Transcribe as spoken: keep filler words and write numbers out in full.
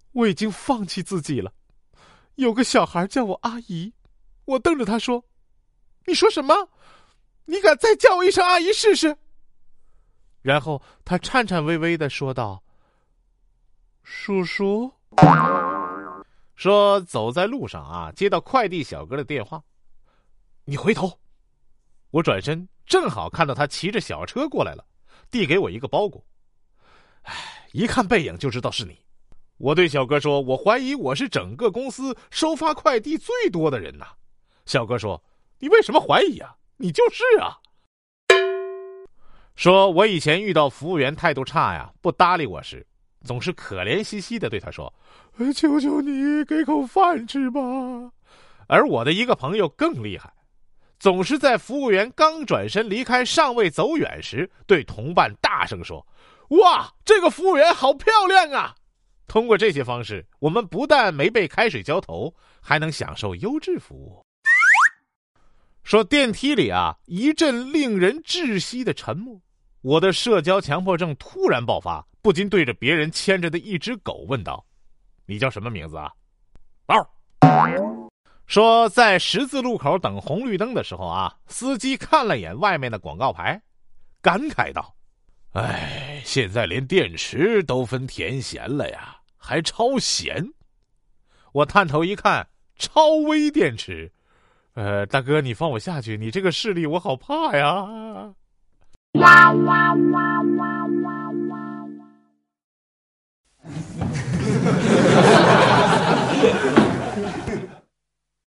我已经放弃自己了。有个小孩叫我阿姨，我瞪着他说：你说什么？你敢再叫我一声阿姨试试？然后他颤颤巍巍地说道：叔叔。说走在路上啊，接到快递小哥的电话，你回头。我转身正好看到他骑着小车过来了，递给我一个包裹。唉，一看背影就知道是你。我对小哥说，我怀疑我是整个公司收发快递最多的人呐。小哥说，你为什么怀疑啊？你就是啊。说我以前遇到服务员态度差呀，不搭理我时，总是可怜兮兮地对他说，求求你给口饭吃吧。而我的一个朋友更厉害，总是在服务员刚转身离开尚未走远时，对同伴大声说，哇，这个服务员好漂亮啊。通过这些方式，我们不但没被开水浇头，还能享受优质服务。说电梯里啊，一阵令人窒息的沉默，我的社交强迫症突然爆发，不禁对着别人牵着的一只狗问道，你叫什么名字啊？嗷。说在十字路口等红绿灯的时候啊，司机看了眼外面的广告牌，感慨道，哎，现在连电池都分甜咸了呀，还超咸。我探头一看，超微电池。呃，大哥，你放我下去，你这个视力我好怕呀。